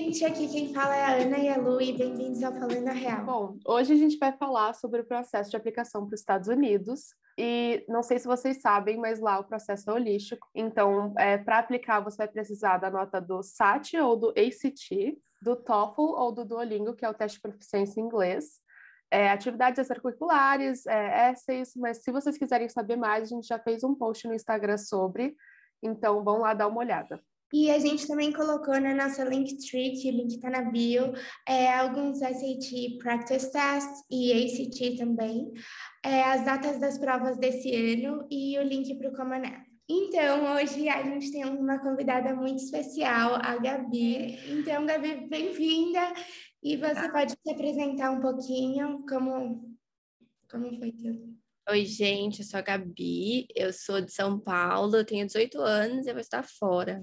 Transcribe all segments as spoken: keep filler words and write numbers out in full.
gente, aqui quem fala é a Ana e a Lu e bem-vindos ao Falando a Real. Bom, hoje a gente vai falar sobre o processo de aplicação para os Estados Unidos e não sei se vocês sabem, mas lá o processo é holístico. Então, é, para aplicar, você vai precisar da nota do SAT ou do A C T, do TOEFL ou do Duolingo, que é o teste de proficiência em inglês, é, atividades extracurriculares, é, essays, mas se vocês quiserem saber mais, a gente já fez um post no Instagram sobre, então vão lá dar uma olhada. E a gente também colocou na nossa Linktree, que o link está na bio, é, alguns S A T Practice Tests e A C T também, é, as datas das provas desse ano e o link para o Common App. Então, hoje a gente tem uma convidada muito especial, a Gabi. Então, Gabi, bem-vinda. E você pode se apresentar um pouquinho, como, como foi tudo? Oi, gente, eu sou a Gabi, eu sou de São Paulo, eu tenho dezoito anos e eu vou estar fora.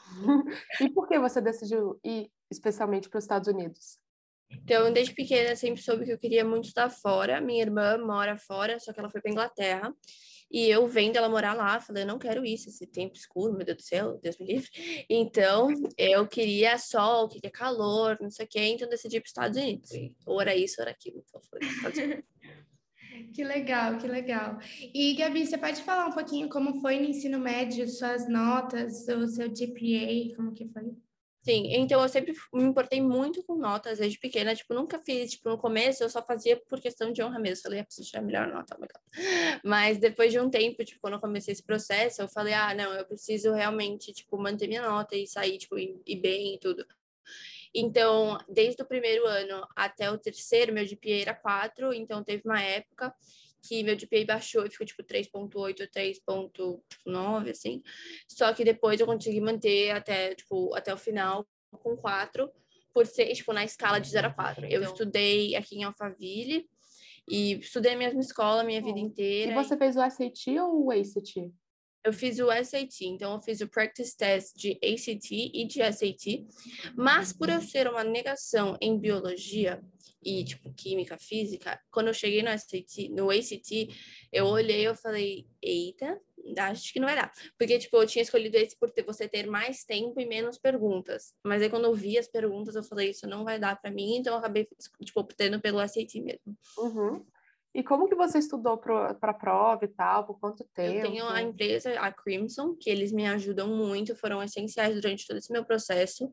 E por que você decidiu ir especialmente para os Estados Unidos? Então, desde pequena, eu sempre soube que eu queria muito estar fora. Minha irmã mora fora, só que ela foi para Inglaterra. E eu vendo ela morar lá, falei, eu não quero isso, esse tempo escuro, meu Deus do céu, Deus me livre. Então, eu queria sol, queria calor, não sei o quê, então decidi ir para os Estados Unidos. Ou era isso, ou era aquilo, então foi para os Estados Unidos. Que legal, que legal. E, Gabi, você pode falar um pouquinho como foi no ensino médio, suas notas, o seu G P A, como que foi? Sim, então eu sempre me importei muito com notas desde pequena, tipo, nunca fiz, tipo, no começo eu só fazia por questão de honra mesmo, falei, ah, preciso tirar a melhor nota, oh my God. Mas depois de um tempo, tipo, quando eu comecei esse processo, eu falei, ah, não, eu preciso realmente, tipo, manter minha nota e sair, tipo, ir, ir bem e tudo. Então, desde o primeiro ano até o terceiro, meu G P A era quatro, então teve uma época que meu G P A baixou e ficou tipo três ponto oito, três ponto nove, assim. Só que depois eu consegui manter até, tipo, até o final com quatro, por ser, tipo, na escala de zero a quatro. Eu então, estudei aqui em Alphaville e estudei a mesma escola a minha vida inteira. E você fez o S A T ou o A C T? Eu fiz o S A T, então eu fiz o Practice Test de A C T e de S A T, mas por eu ser uma negação em biologia e, tipo, química, física, quando eu cheguei no S A T, no A C T, eu olhei e eu falei, eita, acho que não vai dar. Porque, tipo, eu tinha escolhido esse por ter, você ter mais tempo e menos perguntas. Mas aí quando eu vi as perguntas, eu falei, isso não vai dar pra mim, então eu acabei, tipo, optando pelo S A T mesmo. Uhum. E como que você estudou para a prova e tal? Por quanto tempo? Eu tenho a empresa, a Crimson, que eles me ajudam muito, foram essenciais durante todo esse meu processo.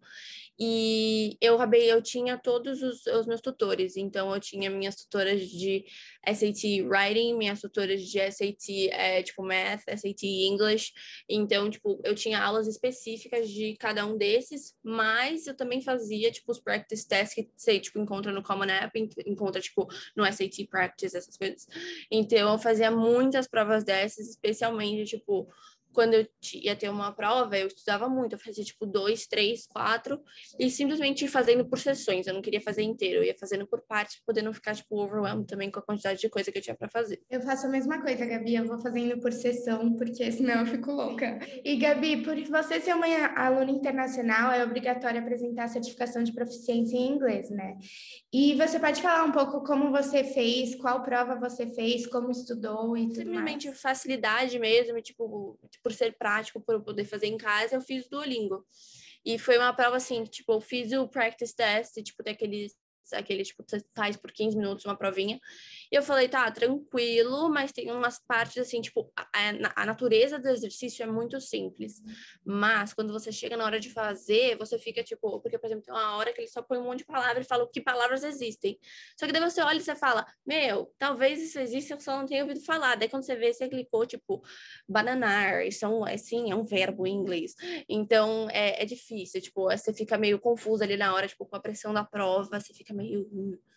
E eu acabei, eu tinha todos os, os meus tutores. Então, eu tinha minhas tutoras de S A T Writing, minhas tutoras de S A T, é, tipo, Math, S A T English. Então, tipo, eu tinha aulas específicas de cada um desses, mas eu também fazia, tipo, os practice tests que você, tipo, encontra no Common App, encontra, tipo, no S A T Practice, essas coisas. Então, eu fazia muitas provas dessas, especialmente, tipo, quando eu ia ter uma prova, eu estudava muito, eu fazia, tipo, dois, três, quatro, e simplesmente fazendo por sessões, eu não queria fazer inteiro, eu ia fazendo por partes, pra poder não ficar, tipo, overwhelmed também com a quantidade de coisa que eu tinha pra fazer. Eu faço a mesma coisa, Gabi, eu vou fazendo por sessão, porque senão eu fico louca. E, Gabi, por você ser uma aluna internacional, é obrigatório apresentar a certificação de proficiência em inglês, né? E você pode falar um pouco como você fez, qual prova você fez, como estudou e tudo Simplesmente mais? facilidade mesmo, tipo, por ser prático, por eu poder fazer em casa, eu fiz Duolingo. E foi uma prova assim, tipo, eu fiz o practice test, tipo, daqueles aquele, tipo, você faz por quinze minutos uma provinha. E eu falei, tá, tranquilo, mas tem umas partes assim, tipo, a, a natureza do exercício é muito simples. Mas quando você chega na hora de fazer, você fica, tipo, porque, por exemplo, tem uma hora que ele só põe um monte de palavras e fala que palavras existem. Só que daí você olha e você fala, meu, talvez isso exista, eu só não tenho ouvido falar. Daí quando você vê, você clicou, tipo, bananar, isso é um, assim, é um verbo em inglês. Então, é, é difícil, tipo, você fica meio confuso ali na hora, tipo, com a pressão da prova, você fica meio...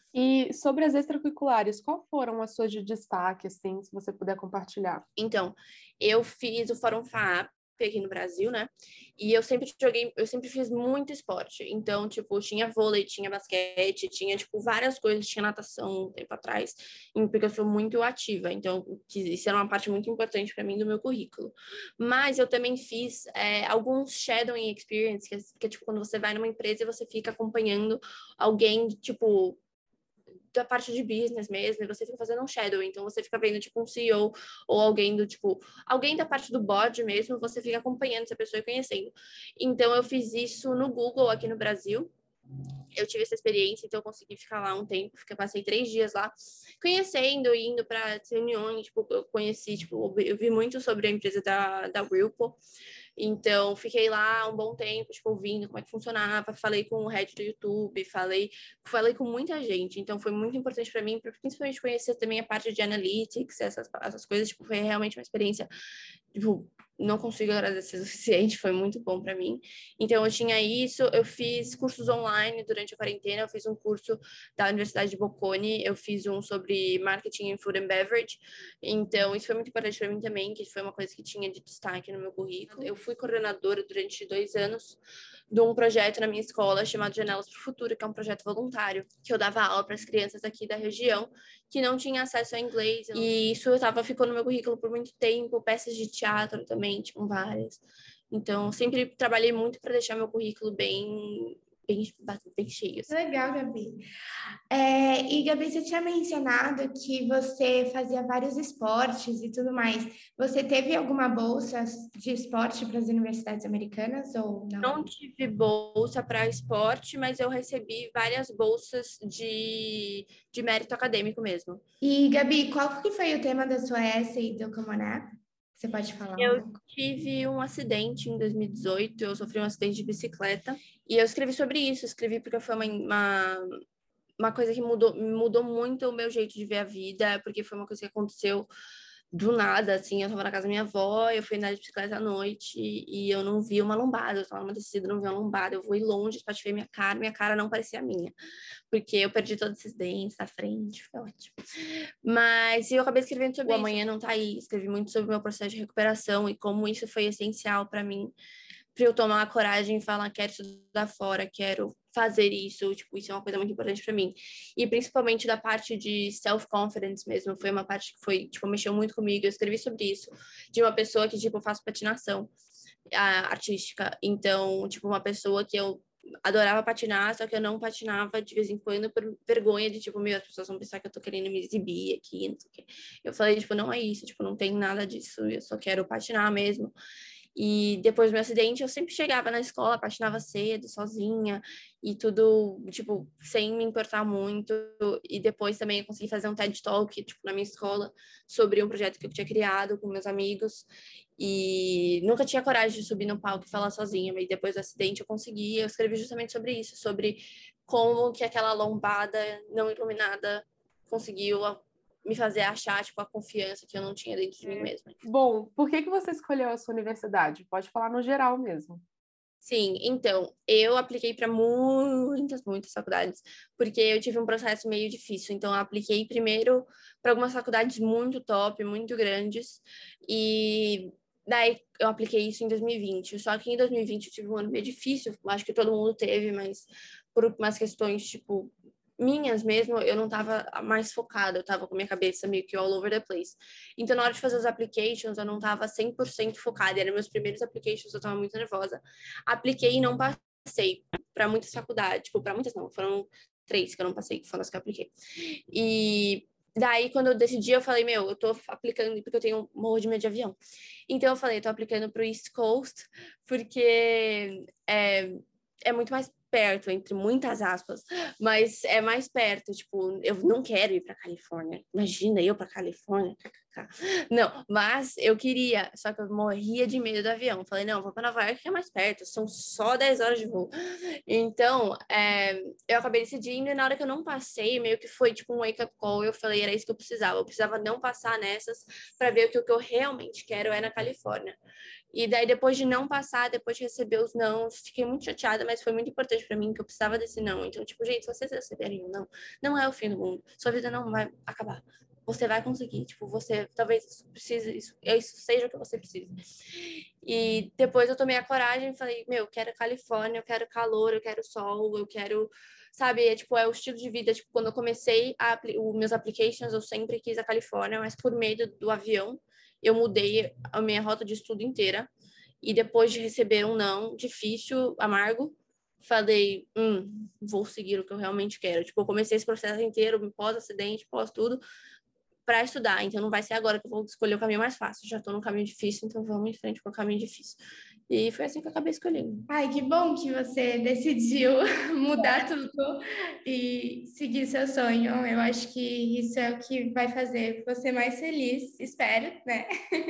E sobre as extracurriculares, qual foram as suas de destaque, assim, se você puder compartilhar? Então, eu fiz o Fórum FAAP aqui no Brasil, né? E eu sempre joguei, eu sempre fiz muito esporte. Então, tipo, tinha vôlei, tinha basquete, tinha, tipo, várias coisas, tinha natação um tempo atrás, porque eu sou muito ativa. Então, isso era uma parte muito importante para mim do meu currículo. Mas eu também fiz é, alguns shadowing experience, que é, que é, tipo, quando você vai numa empresa e você fica acompanhando alguém, tipo, da parte de business mesmo, e você fica fazendo um shadow, então você fica vendo, tipo, um C E O ou alguém do, tipo, alguém da parte do board mesmo, você fica acompanhando essa pessoa e conhecendo. Então, eu fiz isso no Google aqui no Brasil, eu tive essa experiência, então eu consegui ficar lá um tempo, fiquei, passei três dias lá, conhecendo, indo para reuniões, tipo, eu conheci, tipo, eu vi muito sobre a empresa da, da Whirlpool, então fiquei lá um bom tempo, tipo, ouvindo como é que funcionava, falei com o head do YouTube, falei, falei com muita gente, então foi muito importante para mim, principalmente conhecer também a parte de analytics, essas, essas coisas, tipo, foi realmente uma experiência, tipo, não consigo agradecer o suficiente, foi muito bom para mim. Então, eu tinha isso, eu fiz cursos online durante a quarentena, eu fiz um curso da Universidade de Bocconi, eu fiz um sobre marketing em food and beverage, então isso foi muito importante para mim também, que foi uma coisa que tinha de destaque no meu currículo. Eu fui coordenadora durante dois anos de um projeto na minha escola chamado Janelas para o Futuro, que é um projeto voluntário, que eu dava aula para as crianças aqui da região que não tinham acesso a inglês, e isso eu tava, ficou no meu currículo por muito tempo, peças de teatro também, tipo, várias. Então, sempre trabalhei muito para deixar meu currículo bem, bem, bem cheio. Assim. Legal, Gabi. É, e, Gabi, você tinha mencionado que você fazia vários esportes e tudo mais. Você teve alguma bolsa de esporte para as universidades americanas ou não? Não tive bolsa para esporte, mas eu recebi várias bolsas de, de mérito acadêmico mesmo. E, Gabi, qual que foi o tema da sua essay do Common App? Você pode falar um Eu pouco? tive um acidente em dois mil e dezoito, eu sofri um acidente de bicicleta, e eu escrevi sobre isso, escrevi porque foi uma, uma, uma coisa que mudou, mudou muito o meu jeito de ver a vida, porque foi uma coisa que aconteceu do nada, assim, eu tava na casa da minha avó, eu fui andar de bicicleta à noite e eu não vi uma lombada, eu tava numa descida, não vi uma lombada, eu fui longe, espatifei minha cara, minha cara não parecia a minha, porque eu perdi todos esses dentes da frente, foi ótimo. Mas eu acabei escrevendo sobre o Amanhã Não Tá Aí, escrevi muito sobre o meu processo de recuperação e como isso foi essencial para mim, para eu tomar a coragem e falar, quero estudar fora, quero fazer isso, tipo, isso é uma coisa muito importante para mim. E principalmente da parte de self-confidence mesmo, foi uma parte que foi, tipo, mexeu muito comigo, eu escrevi sobre isso, de uma pessoa que, tipo, faz patinação artística, então, tipo, uma pessoa que eu adorava patinar, só que eu não patinava de vez em quando por vergonha de, tipo, meu, as pessoas vão pensar que eu tô querendo me exibir aqui, não sei o quê. Eu falei, tipo, não é isso, tipo, não tem nada disso, eu só quero patinar mesmo. E depois do meu acidente, eu sempre chegava na escola, patinava cedo, sozinha, e tudo, tipo, sem me importar muito. E depois também eu consegui fazer um TED Talk, tipo, na minha escola, sobre um projeto que eu tinha criado com meus amigos. E nunca tinha coragem de subir no palco e falar sozinha, mas depois do acidente eu consegui. Eu escrevi justamente sobre isso, sobre como que aquela lombada não iluminada conseguiu me fazer achar, tipo, a confiança que eu não tinha dentro de mim mesma. Bom, por que que você escolheu a sua universidade? Pode falar no geral mesmo. Sim, então, eu apliquei para muitas, muitas faculdades, porque eu tive um processo meio difícil. Então, eu apliquei primeiro para algumas faculdades muito top, muito grandes, e daí eu apliquei isso em dois mil e vinte. Só que em dois mil e vinte eu tive um ano meio difícil, acho que todo mundo teve, mas por umas questões, tipo, minhas mesmo, eu não estava mais focada, eu estava com minha cabeça meio que all over the place. Então, na hora de fazer os applications, eu não estava cem por cento focada, eram meus primeiros applications, eu estava muito nervosa. Apliquei e não passei para muitas faculdades, tipo, para muitas não, foram três que eu não passei, foram as que eu apliquei. E daí, quando eu decidi, eu falei, meu, eu tô aplicando porque eu tenho um morro de medo de avião. Então, eu falei, eu tô aplicando pro East Coast, porque é, é muito mais perto, entre muitas aspas, mas é mais perto, tipo, eu não quero ir para Califórnia. Imagina eu para Califórnia. Não, mas eu queria, só que eu morria de medo do avião. Falei, não, vou para Nova York que é mais perto, são só dez horas de voo. Então, é, eu acabei decidindo e na hora que eu não passei, meio que foi tipo um wake-up call, eu falei, era isso que eu precisava. Eu precisava não passar nessas para ver o que, o que eu realmente quero é na Califórnia. E daí, depois de não passar, depois de receber os não, fiquei muito chateada, mas foi muito importante para mim, que eu precisava desse não. Então, tipo, gente, se vocês receberem um não, não é o fim do mundo. Sua vida não vai acabar. Você vai conseguir. Tipo, você talvez precise, isso, isso seja o que você precisa. E depois eu tomei a coragem e falei, meu, eu quero Califórnia, eu quero calor, eu quero sol, eu quero... Sabe, é, tipo, é o estilo de vida. Tipo, quando eu comecei a, os meus applications, eu sempre quis a Califórnia, mas por medo do avião, eu mudei a minha rota de estudo inteira. E depois de receber um não difícil, amargo, falei, hum, vou seguir o que eu realmente quero. Tipo, eu comecei esse processo inteiro, pós-acidente, pós tudo, para estudar. Então, não vai ser agora que eu vou escolher o caminho mais fácil. Já estou no caminho difícil, então vamos em frente com o caminho difícil. E foi assim que eu acabei escolhendo. Ai, que bom que você decidiu mudar tudo e seguir seu sonho. Eu acho que isso é o que vai fazer você mais feliz, espero, né?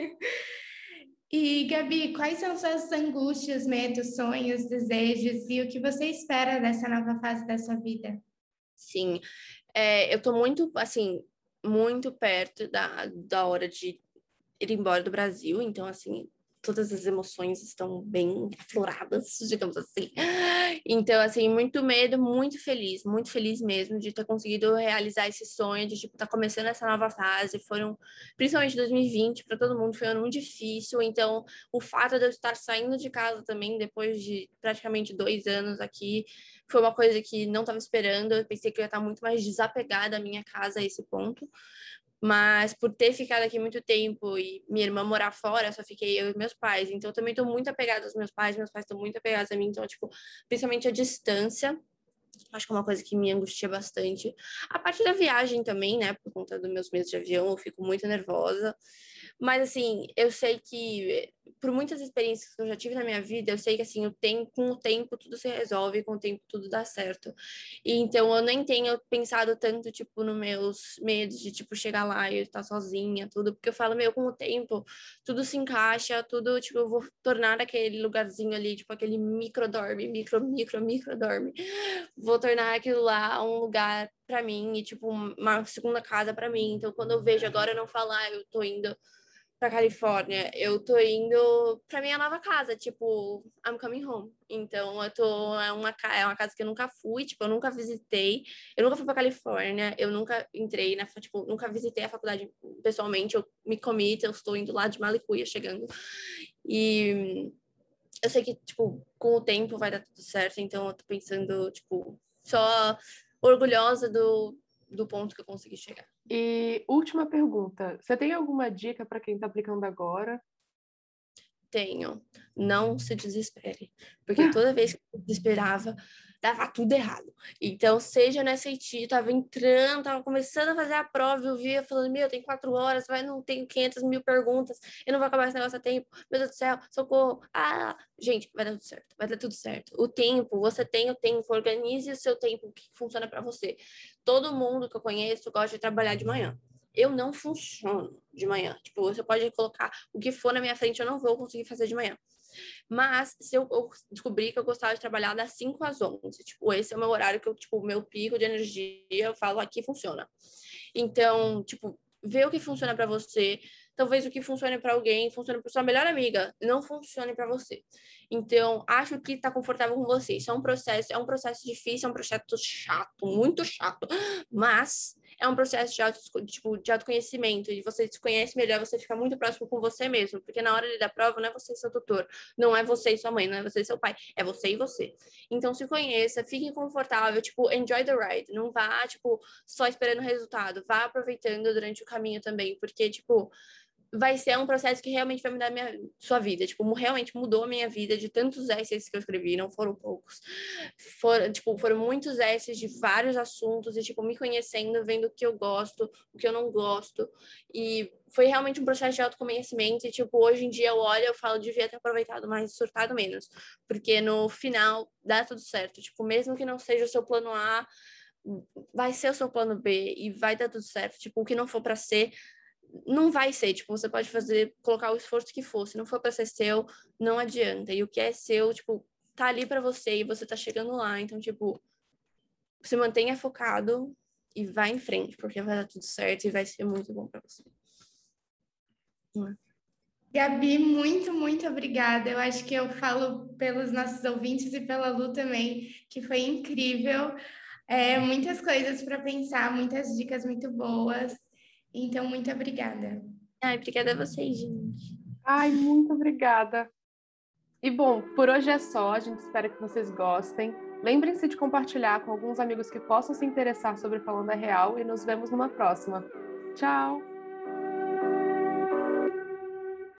E, Gabi, quais são suas angústias, medos, sonhos, desejos e o que você espera dessa nova fase da sua vida? Sim, é, eu tô muito, assim, muito perto da, da hora de ir embora do Brasil, então, assim, todas as emoções estão bem afloradas, digamos assim. Então, assim, muito medo, muito feliz, muito feliz mesmo de ter conseguido realizar esse sonho, de, tipo, estar tá começando essa nova fase. Foram, principalmente dois mil e vinte, para todo mundo foi um ano muito difícil, então, o fato de eu estar saindo de casa também, depois de praticamente dois anos aqui, foi uma coisa que não estava esperando. Eu pensei que eu ia estar muito mais desapegada da minha casa a esse ponto. Mas por ter ficado aqui muito tempo e minha irmã morar fora, só fiquei eu e meus pais. Então, eu também estou muito apegada aos meus pais, meus pais estão muito apegados a mim. Então, tipo, principalmente a distância, acho que é uma coisa que me angustia bastante. A parte da viagem também, né? Por conta dos meus medos de avião, eu fico muito nervosa. Mas, assim, eu sei que, por muitas experiências que eu já tive na minha vida, eu sei que, assim, o tempo, com o tempo tudo se resolve, com o tempo tudo dá certo. E, então, eu nem tenho pensado tanto, tipo, nos meus medos de, tipo, chegar lá e eu estar sozinha, tudo. Porque eu falo, meu, com o tempo, tudo se encaixa, tudo, tipo, eu vou tornar aquele lugarzinho ali, tipo, aquele micro-dorme, micro, micro, micro-dorme. Vou tornar aquilo lá um lugar para mim e, tipo, uma segunda casa para mim. Então, quando eu vejo agora, eu não falo, ah, eu tô indo pra Califórnia, eu tô indo pra minha nova casa, tipo, I'm coming home. Então, eu tô, é uma, é uma casa que eu nunca fui, tipo, eu nunca visitei, eu nunca fui pra Califórnia, eu nunca entrei na, tipo, nunca visitei a faculdade pessoalmente, eu me commit, eu estou indo lá de Malicuia, chegando. E eu sei que, tipo, com o tempo vai dar tudo certo, então eu tô pensando, tipo, só orgulhosa do, do ponto que eu consegui chegar. E última pergunta, você tem alguma dica para quem está aplicando agora? Tenho. Não se desespere. Porque toda vez que eu desesperava, dava tudo errado. Então, seja no S A T, tava entrando, tava começando a fazer a prova, eu via falando, meu, tem quatro horas, vai, não tenho quinhentas mil perguntas, eu não vou acabar esse negócio a tempo, meu Deus do céu, socorro. Ah, gente, vai dar tudo certo, vai dar tudo certo. O tempo, você tem o tempo, organize o seu tempo que funciona para você. Todo mundo que eu conheço gosta de trabalhar de manhã. Eu não funciono de manhã. Tipo, você pode colocar o que for na minha frente, eu não vou conseguir fazer de manhã. Mas se eu, eu descobri que eu gostava de trabalhar das cinco às onze, tipo, esse é o meu horário que eu, tipo, meu pico de energia, eu falo, aqui funciona. Então, tipo, vê o que funciona para você. Talvez o que funcione para alguém funcione para sua melhor amiga, não funcione para você. Então, acho que tá confortável com você. Isso é um processo, é um processo difícil, é um processo chato, muito chato, mas é um processo de, auto, tipo, de autoconhecimento, e você se conhece melhor, você fica muito próximo com você mesmo, porque na hora da prova não é você e seu tutor, não é você e sua mãe, não é você e seu pai, é você e você. Então, se conheça, fique confortável, tipo, enjoy the ride, não vá, tipo, só esperando o resultado, vá aproveitando durante o caminho também, porque, tipo, vai ser um processo que realmente vai mudar a minha, sua vida. Tipo, realmente mudou a minha vida de tantos essays que eu escrevi, não foram poucos. Foram, tipo, foram muitos essays de vários assuntos e, tipo, me conhecendo, vendo o que eu gosto, o que eu não gosto. E foi realmente um processo de autoconhecimento e, tipo, hoje em dia eu olho e eu falo, devia ter aproveitado mais, surtado menos. Porque no final dá tudo certo. Tipo, mesmo que não seja o seu plano A, vai ser o seu plano B e vai dar tudo certo. Tipo, o que não for para ser, não vai ser, tipo, você pode fazer, colocar o esforço que for, se não for para ser seu, não adianta, e o que é seu, tipo, tá ali para você e você tá chegando lá, então, tipo, se mantenha focado e vai em frente, porque vai dar tudo certo e vai ser muito bom para você. Gabi, muito, muito obrigada. Eu acho que eu falo pelos nossos ouvintes e pela Lu também, que foi incrível. É, muitas coisas para pensar, muitas dicas muito boas. Então, muito obrigada. Ai, obrigada a vocês, gente. Ai, muito obrigada. E bom, por hoje é só, a gente espera que vocês gostem. Lembrem-se de compartilhar com alguns amigos que possam se interessar sobre Falando a Real e nos vemos numa próxima. Tchau!